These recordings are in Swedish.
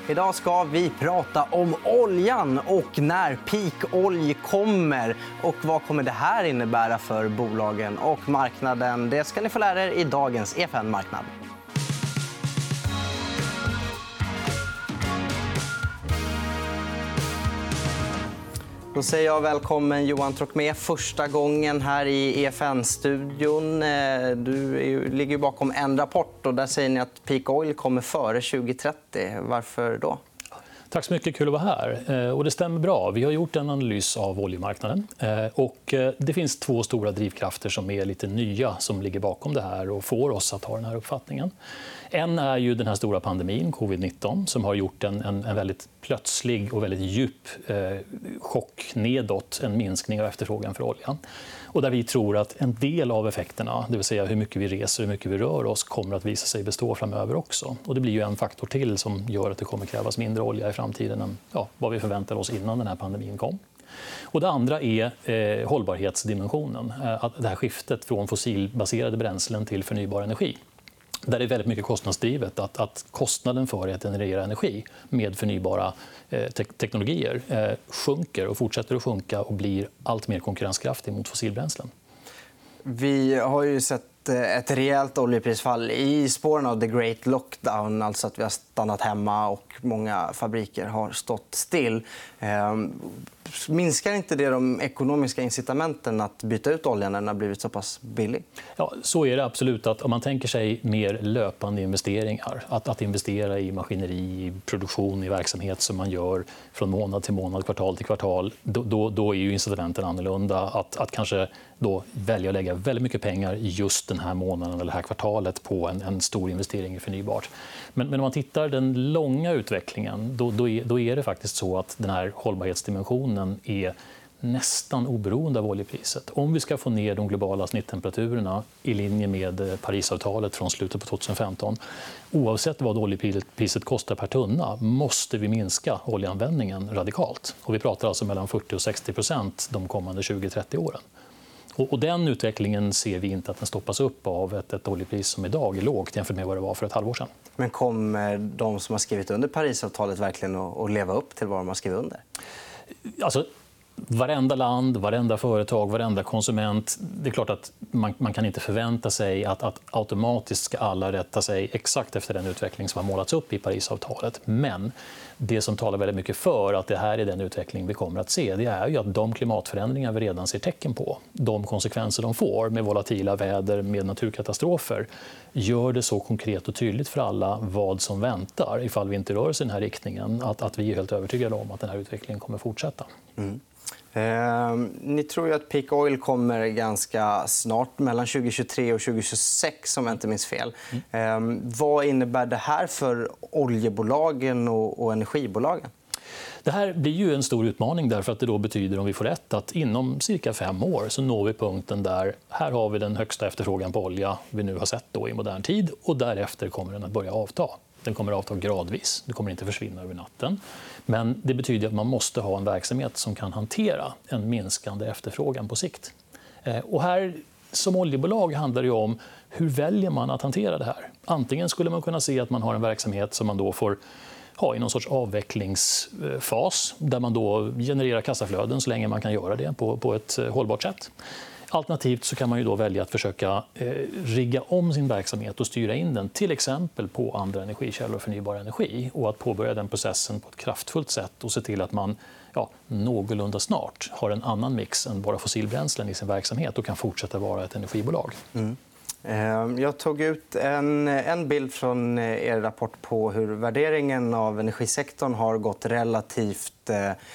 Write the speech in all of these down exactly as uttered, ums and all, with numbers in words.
Idag ska vi prata om oljan och när peak-olj kommer. Och vad kommer det här innebära för bolagen och marknaden? Det ska ni få lära er i dagens E F N-marknad. Då säger jag välkommen Johan Trocmé första gången här i E F N-studion. Du ligger bakom en rapport och där säger ni att peak oil kommer före tjugo trettio. Varför då? Tack så mycket, kul att vara här. Och det stämmer bra. Vi har gjort en analys av oljemarknaden. Och det finns två stora drivkrafter som är lite nya som ligger bakom det här och får oss att ha den här uppfattningen. En är ju den här stora pandemin, covid nitton, som har gjort en, en, en väldigt plötslig och väldigt djup eh, chock nedåt, en minskning av efterfrågan för oljan. Och där vi tror att en del av effekterna, det vill säga hur mycket vi reser och hur mycket vi rör oss, kommer att visa sig bestå framöver också. Och det blir ju en faktor till som gör att det kommer krävas mindre olja i framtiden än ja, vad vi förväntade oss innan den här pandemin kom. Och det andra är eh, hållbarhetsdimensionen, eh, att det här skiftet från fossilbaserade bränslen till förnybar energi. Där det är väldigt mycket kostnadsdrivet att, att kostnaden för att generera energi med förnybara eh, te- teknologier eh, sjunker och fortsätter att sjunka och blir allt mer konkurrenskraftig mot fossilbränslen. Vi har ju sett ett rejält oljeprisfall i spåren av the great lockdown, alltså att vi har stannat hemma och många fabriker har stått still. Minskar inte det de ekonomiska incitamenten att byta ut oljan när den har blivit så pass billig? Ja, så är det absolut. Att om man tänker sig mer löpande investeringar, att, att investera i maskineri, i produktion, i verksamhet som man gör från månad till månad, kvartal till kvartal, då, då, då är ju incitamenten annorlunda. Att, att kanske då välja att lägga väldigt mycket pengar just den här månaden eller det här kvartalet på en, en stor investering i förnybart. Men, men om man tittar den långa utvecklingen, då, då, är, då är det faktiskt så att den här hållbarhetsdimensionen är nästan oberoende av oljepriset. Om vi ska få ner de globala snitttemperaturerna i linje med Parisavtalet från slutet på tjugohundrafemton, oavsett vad oljepriset kostar per tunna, måste vi minska oljeanvändningen radikalt. Och vi pratar alltså mellan fyrtio och sextio procent de kommande tjugo till trettio åren. Och den utvecklingen ser vi inte att den stoppas upp av ett, ett oljepris som idag är lågt jämfört med vad det var för ett halvår sedan. Men kommer de som har skrivit under Parisavtalet verkligen att leva upp till vad de har skrivit under? Alltså, varenda land, varenda företag, varenda konsument. Det är klart att man, man kan inte förvänta sig att, att automatiskt ska alla rätta sig exakt efter den utveckling som har målats upp i Parisavtalet. Men det som talar väldigt mycket för att det här är den utveckling vi kommer att se, det är ju att de klimatförändringar vi redan ser tecken på, de konsekvenser de får med volatila väder, med naturkatastrofer, gör det så konkret och tydligt för alla vad som väntar ifall vi inte rör oss i den här riktningen, att, att vi är helt övertygade om att den här utvecklingen kommer fortsätta. Mm. Eh, ni tror ju att peak oil kommer ganska snart, mellan tjugo tjugotre och tjugo tjugosex om jag inte minns fel. Mm. Eh, vad innebär det här för oljebolagen och, och energibolagen? Det här blir ju en stor utmaning därför att det då betyder, om vi får rätt, att inom cirka fem år så når vi punkten där här har vi den högsta efterfrågan på olja vi nu har sett då i modern tid, och därefter kommer den att börja avta. Den kommer att avta gradvis. Det kommer inte försvinna över natten. Men det betyder att man måste ha en verksamhet som kan hantera en minskande efterfrågan på sikt. Och här som oljebolag handlar det om hur väljer man att hantera det här. Antingen skulle man kunna se att man har en verksamhet som man då får ha i någon sorts avvecklingsfas där man då genererar kassaflöden så länge man kan göra det på, på ett hållbart sätt. Alternativt så kan man ju då välja att försöka eh, rigga om sin verksamhet och styra in den till exempel på andra energikällor och förnybar energi, och att påbörja den processen på ett kraftfullt sätt och se till att man ja, någorlunda snart har en annan mix än bara fossilbränslen i sin verksamhet och kan fortsätta vara ett energibolag. Mm. Jag tog ut en, en bild från er rapport på hur värderingen av energisektorn har gått relativt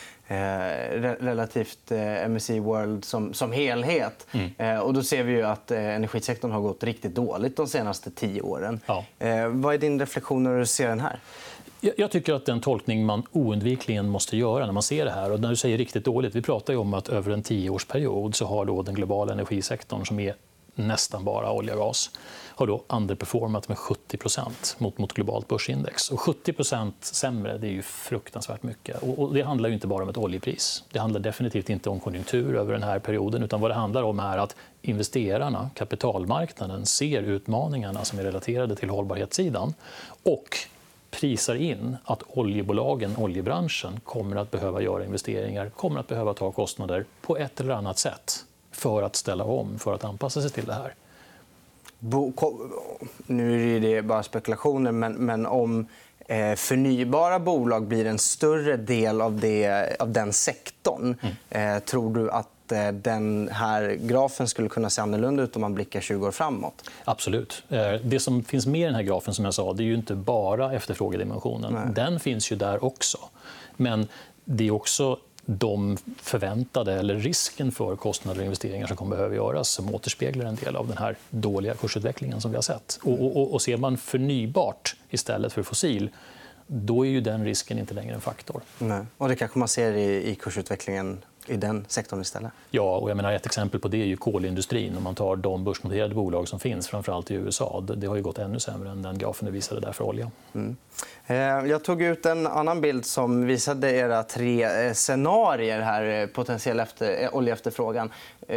Eh, relativt eh, M S C World som, som helhet. Mm. Eh, och då ser vi ju att eh, energisektorn har gått riktigt dåligt de senaste tio åren. Ja. Eh, vad är din reflektion när du ser den här? Jag tycker att den tolkning man oundvikligen måste göra när man ser det här, och när du säger riktigt dåligt, vi pratar ju om att över en tioårsperiod så har då den globala energisektorn, som är nästan bara olja och gas, har då underperformat med sjuttio procent mot, mot globalt börsindex. Och sjuttio procent sämre, det är ju fruktansvärt mycket. Och, och det handlar ju inte bara om ett oljepris. Det handlar definitivt inte om konjunktur över den här perioden, utan vad det handlar om är att investerarna, kapitalmarknaden, ser utmaningarna som är relaterade till hållbarhetssidan och prisar in att oljebolagen, oljebranschen, kommer att behöva göra investeringar, kommer att behöva ta kostnader på ett eller annat sätt för att ställa om, för att anpassa sig till det här. Bo, nu är det bara spekulationer, men, men om eh, förnybara bolag blir en större del av, det, av den sektorn, mm. eh, tror du att den här grafen skulle kunna se annorlunda ut om man blickar tjugo år framåt? Absolut. Det som finns med i den här grafen, som jag sa, det är ju inte bara efterfrågedimensionen. Nej. Den finns ju där också. Men det är också de förväntade, eller risken för kostnader och investeringar som kommer behöva göras, som återspeglar en del av den här dåliga kursutvecklingen som vi har sett. Och, och, och ser man förnybart istället för fossil, då är ju den risken inte längre en faktor. Nej. Och det kanske man ser i, i kursutvecklingen i den sektorn istället? Ja, och jag menar, ett exempel på det är ju kolindustrin. Om man tar de börsnoterade bolag som finns, framförallt i U S A, det har ju gått ännu sämre än den grafen du visade där för olja. Mm. Jag tog ut en annan bild som visade era tre scenarier här, potentiell efter, oljeefterfrågan.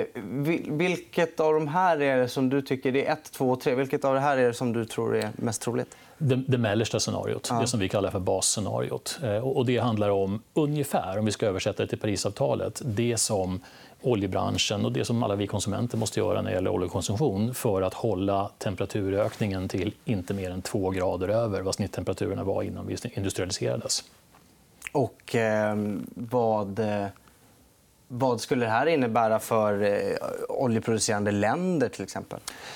Vilket av de här är det som du tycker är ett, två och tre? Vilket av det här är det som du tror är mest troligt? Det, det mellersta scenariot, ja. Det som vi kallar för basscenariot. Och det handlar om ungefär, om vi ska översätta det till Parisavtalet, det som oljebranschen och det som alla vi konsumenter måste göra när det gäller oljekonsumtion för att hålla temperaturökningen till inte mer än två grader över vad snitttemperaturerna var innan vi industrialiserades. Och eh, vad, vad skulle det här innebära för eh, oljeproducerande länder till exempel?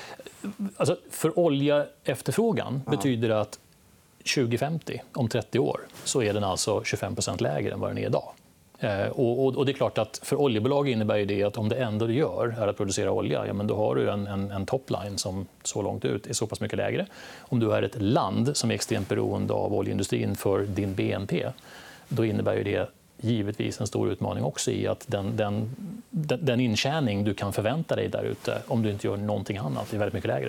Alltså, för oljeefterfrågan ja. betyder det att tjugo femtio, om trettio år, så är den alltså tjugofem procent lägre än vad den är idag. Eh, och, och, och det är klart att för oljebolag innebär det att om det enda du gör är att producera olja, ja, men då har du en, en, en topline som så långt ut är så pass mycket lägre. Om du är ett land som är extremt beroende av oljeindustrin för din B N P, då innebär ju det givetvis en stor utmaning också i att den, den, den intjäning du kan förvänta dig där ute om du inte gör någonting annat är väldigt mycket lägre.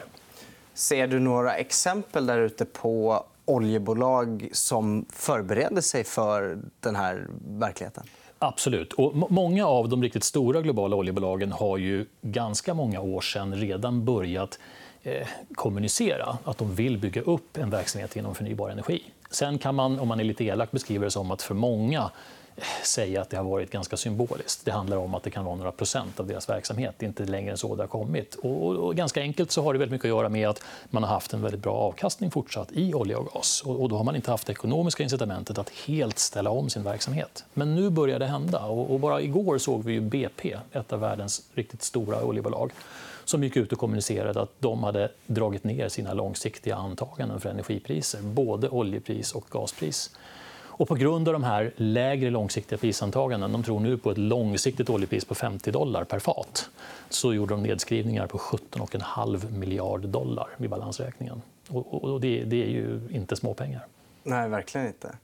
Ser du några exempel där ute på oljebolag som förbereder sig för den här verkligheten? Absolut. Och många av de riktigt stora globala oljebolagen har ju ganska många år sedan redan börjat eh, kommunicera att de vill bygga upp en verksamhet inom förnybar energi. Sen kan man, om man är lite elak, beskriva det som att för många säga att det har varit ganska symboliskt. Det handlar om att det kan vara några procent av deras verksamhet. Det är inte längre än så det har kommit. Och, och ganska enkelt så har det väldigt mycket att göra med att man har haft en väldigt bra avkastning fortsatt i olja och gas. Och, och då har man inte haft det ekonomiska incitamentet att helt ställa om sin verksamhet. Men nu börjar det hända. Och, och bara igår såg vi ju B P, ett av världens riktigt stora oljebolag, som gick ut och kommunicerade att de hade dragit ner sina långsiktiga antaganden för energipriser, både oljepris och gaspris. Och på grund av de här lägre långsiktiga prisantaganden, de tror nu på ett långsiktigt oljepris på femtio dollar per fat, så gjorde de nedskrivningar på sjutton komma fem miljard dollar vid balansräkningen. Och, och det, det är ju inte småpengar. Nej, verkligen inte.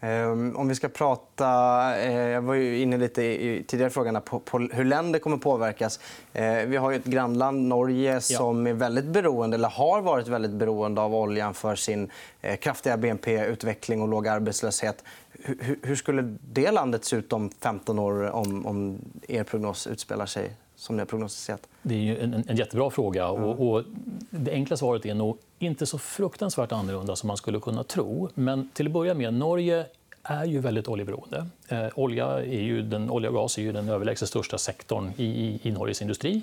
Om vi ska prata, jag var ju inne lite i tidigare frågan på, på hur länder kommer påverkas. Vi har ju ett grannland, Norge, som är väldigt beroende, eller har varit väldigt beroende av oljan för sin kraftiga B N P-utveckling och låg arbetslöshet. Hur, hur skulle det landet se ut om femton år om, om er prognos utspelar sig som ni har prognostiserat? Det är ju en, en jättebra fråga. Ja. Och, och det enkla svaret är nog inte så fruktansvärt annorlunda som man skulle kunna tro. Men till att börja med, Norge är ju väldigt oljeberoende. Eh, olja, är ju den, olja och gas är ju den överlägset största sektorn i, i, i Norges industri.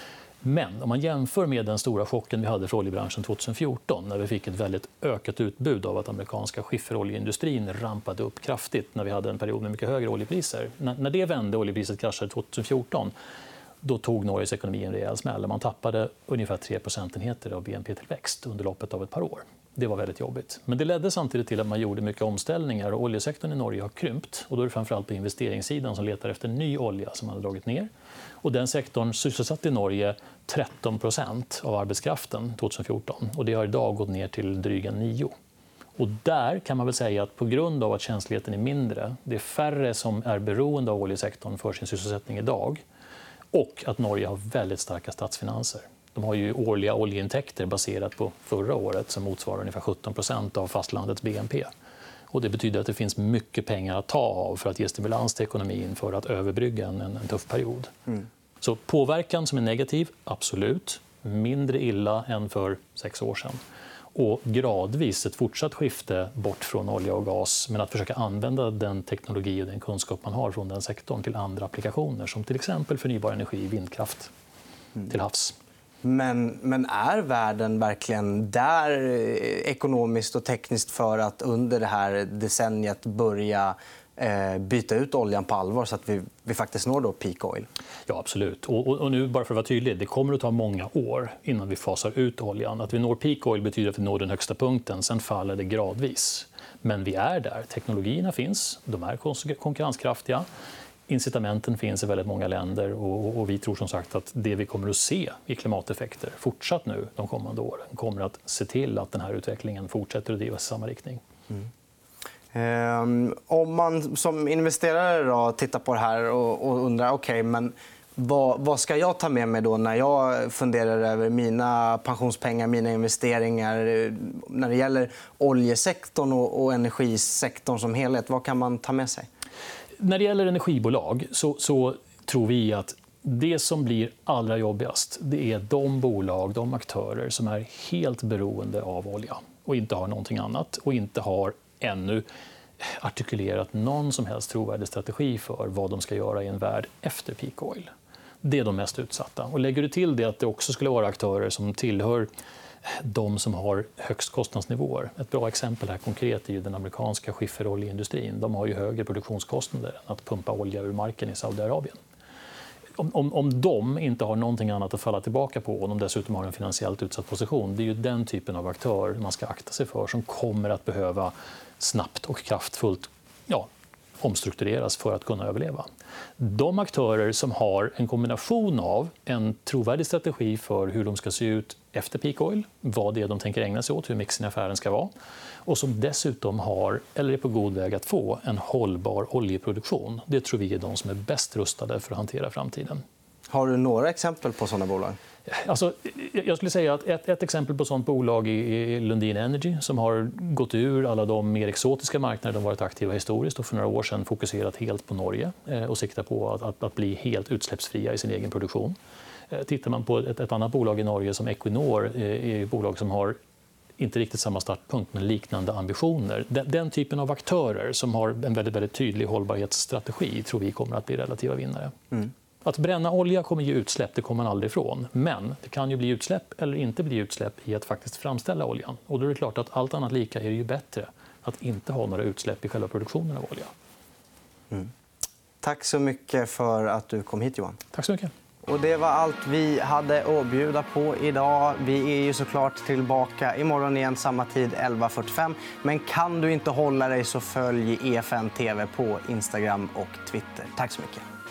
Men om man jämför med den stora chocken vi hade för oljebranschen tjugohundrafjorton, när vi fick ett väldigt ökat utbud av att amerikanska skifferoljeindustrin rampade upp kraftigt när vi hade en period med mycket högre oljepriser. När, när det vände, oljepriset kraschade tjugohundrafjorton, då tog Norges ekonomi en rejäl smäll. Man tappade ungefär tre procentenheter av B N P-tillväxt under loppet av ett par år. Det var väldigt jobbigt. Men det ledde samtidigt till att man gjorde mycket omställningar. Och oljesektorn i Norge har krympt. Och då är det framförallt på investeringssidan som letar efter ny olja som hade dragit ner. Och den sektorn sysselsatte i Norge tretton procent av arbetskraften tjugohundrafjorton. Och det har idag gått ner till dryga nio. Och där kan man väl säga att på grund av att känsligheten är mindre, det är färre som är beroende av oljesektorn för sin sysselsättning idag, och att Norge har väldigt starka statsfinanser. De har ju årliga oljeintäkter baserat på förra året som motsvarar ungefär sjutton procent av fastlandets B N P. Och det betyder att det finns mycket pengar att ta av för att ge stimulans till ekonomin för att överbrygga en, en tuff period. Mm. Så påverkan som är negativ, absolut. Mindre illa än för sex år sedan. och gradvis ett fortsatt skifte bort från olja och gas, men att försöka använda den teknologi och den kunskap man har från den sektorn till andra applikationer som till exempel förnybar energi, vindkraft till havs. Men, men är världen verkligen där ekonomiskt och tekniskt för att under det här decenniet börja eh, byta ut oljan på allvar så att vi, vi faktiskt når då peak oil? Ja, absolut. Och, och, och nu, bara för att vara tydlig, det kommer att ta många år innan vi fasar ut oljan. Att vi når peak oil betyder att vi når den högsta punkten, sen faller det gradvis. Men vi är där. Teknologierna finns, de är konkurrenskraftiga. Incitamenten finns i väldigt många länder och, och vi tror som sagt att det vi kommer att se i klimateffekter fortsatt nu de kommande åren kommer att se till att den här utvecklingen fortsätter att drivas i samma riktning. Mm. Um, om man som investerare då tittar på det här och, och undrar okay, men vad, vad ska jag ta med mig då när jag funderar över mina pensionspengar, mina investeringar när det gäller oljesektorn och, och energisektorn som helhet? Vad kan man ta med sig? När det gäller energibolag så, så tror vi att det som blir allra jobbigast det är de bolag, de aktörer som är helt beroende av olja och inte har någonting annat och inte har ännu artikulerat någon som helst trovärdig strategi för vad de ska göra i en värld efter peak oil. Det är de mest utsatta. Och lägger du till det att det också skulle vara aktörer som tillhör de som har högst kostnadsnivåer. Ett bra exempel här konkret är ju den amerikanska skifferoljeindustrin. De har ju högre produktionskostnader än att pumpa olja ur marken i Saudiarabien. Om, om, om de inte har någonting annat att falla tillbaka på och de dessutom har en finansiellt utsatt position, det är ju den typen av aktör man ska akta sig för som kommer att behöva snabbt och kraftfullt ja, omstruktureras för att kunna överleva. De aktörer som har en kombination av en trovärdig strategi för hur de ska se ut efter peak oil, vad det är de tänker ägna sig åt, hur mixen i affären ska vara och som dessutom har, eller är på god väg att få, en hållbar oljeproduktion. Det tror vi är de som är bäst rustade för att hantera framtiden. Har du några exempel på sådana bolag? Alltså, jag skulle säga att ett, ett exempel på sådant bolag är Lundin Energy som har gått ur alla de mer exotiska marknader de varit aktiva historiskt och för några år sedan fokuserat helt på Norge och siktar på att, att, att bli helt utsläppsfria i sin egen produktion. Tittar man på ett, ett annat bolag i Norge som Equinor är ett bolag som har inte riktigt samma startpunkt men liknande ambitioner. Den, den typen av aktörer som har en väldigt, väldigt tydlig hållbarhetsstrategi tror vi kommer att bli relativa vinnare. Mm. Att bränna olja kommer ge utsläpp, det kommer man aldrig ifrån. Men det kan ju bli utsläpp eller inte bli utsläpp i att faktiskt framställa oljan. Och då är det klart att allt annat lika är det ju bättre att inte ha några utsläpp i själva produktionen av olja. Mm. Tack så mycket för att du kom hit, Johan. Tack så mycket. Och det var allt vi hade att bjuda på idag. Vi är ju såklart tillbaka imorgon igen samma tid elva fyrtiofem. Men kan du inte hålla dig så följ E F N T V på Instagram och Twitter. Tack så mycket.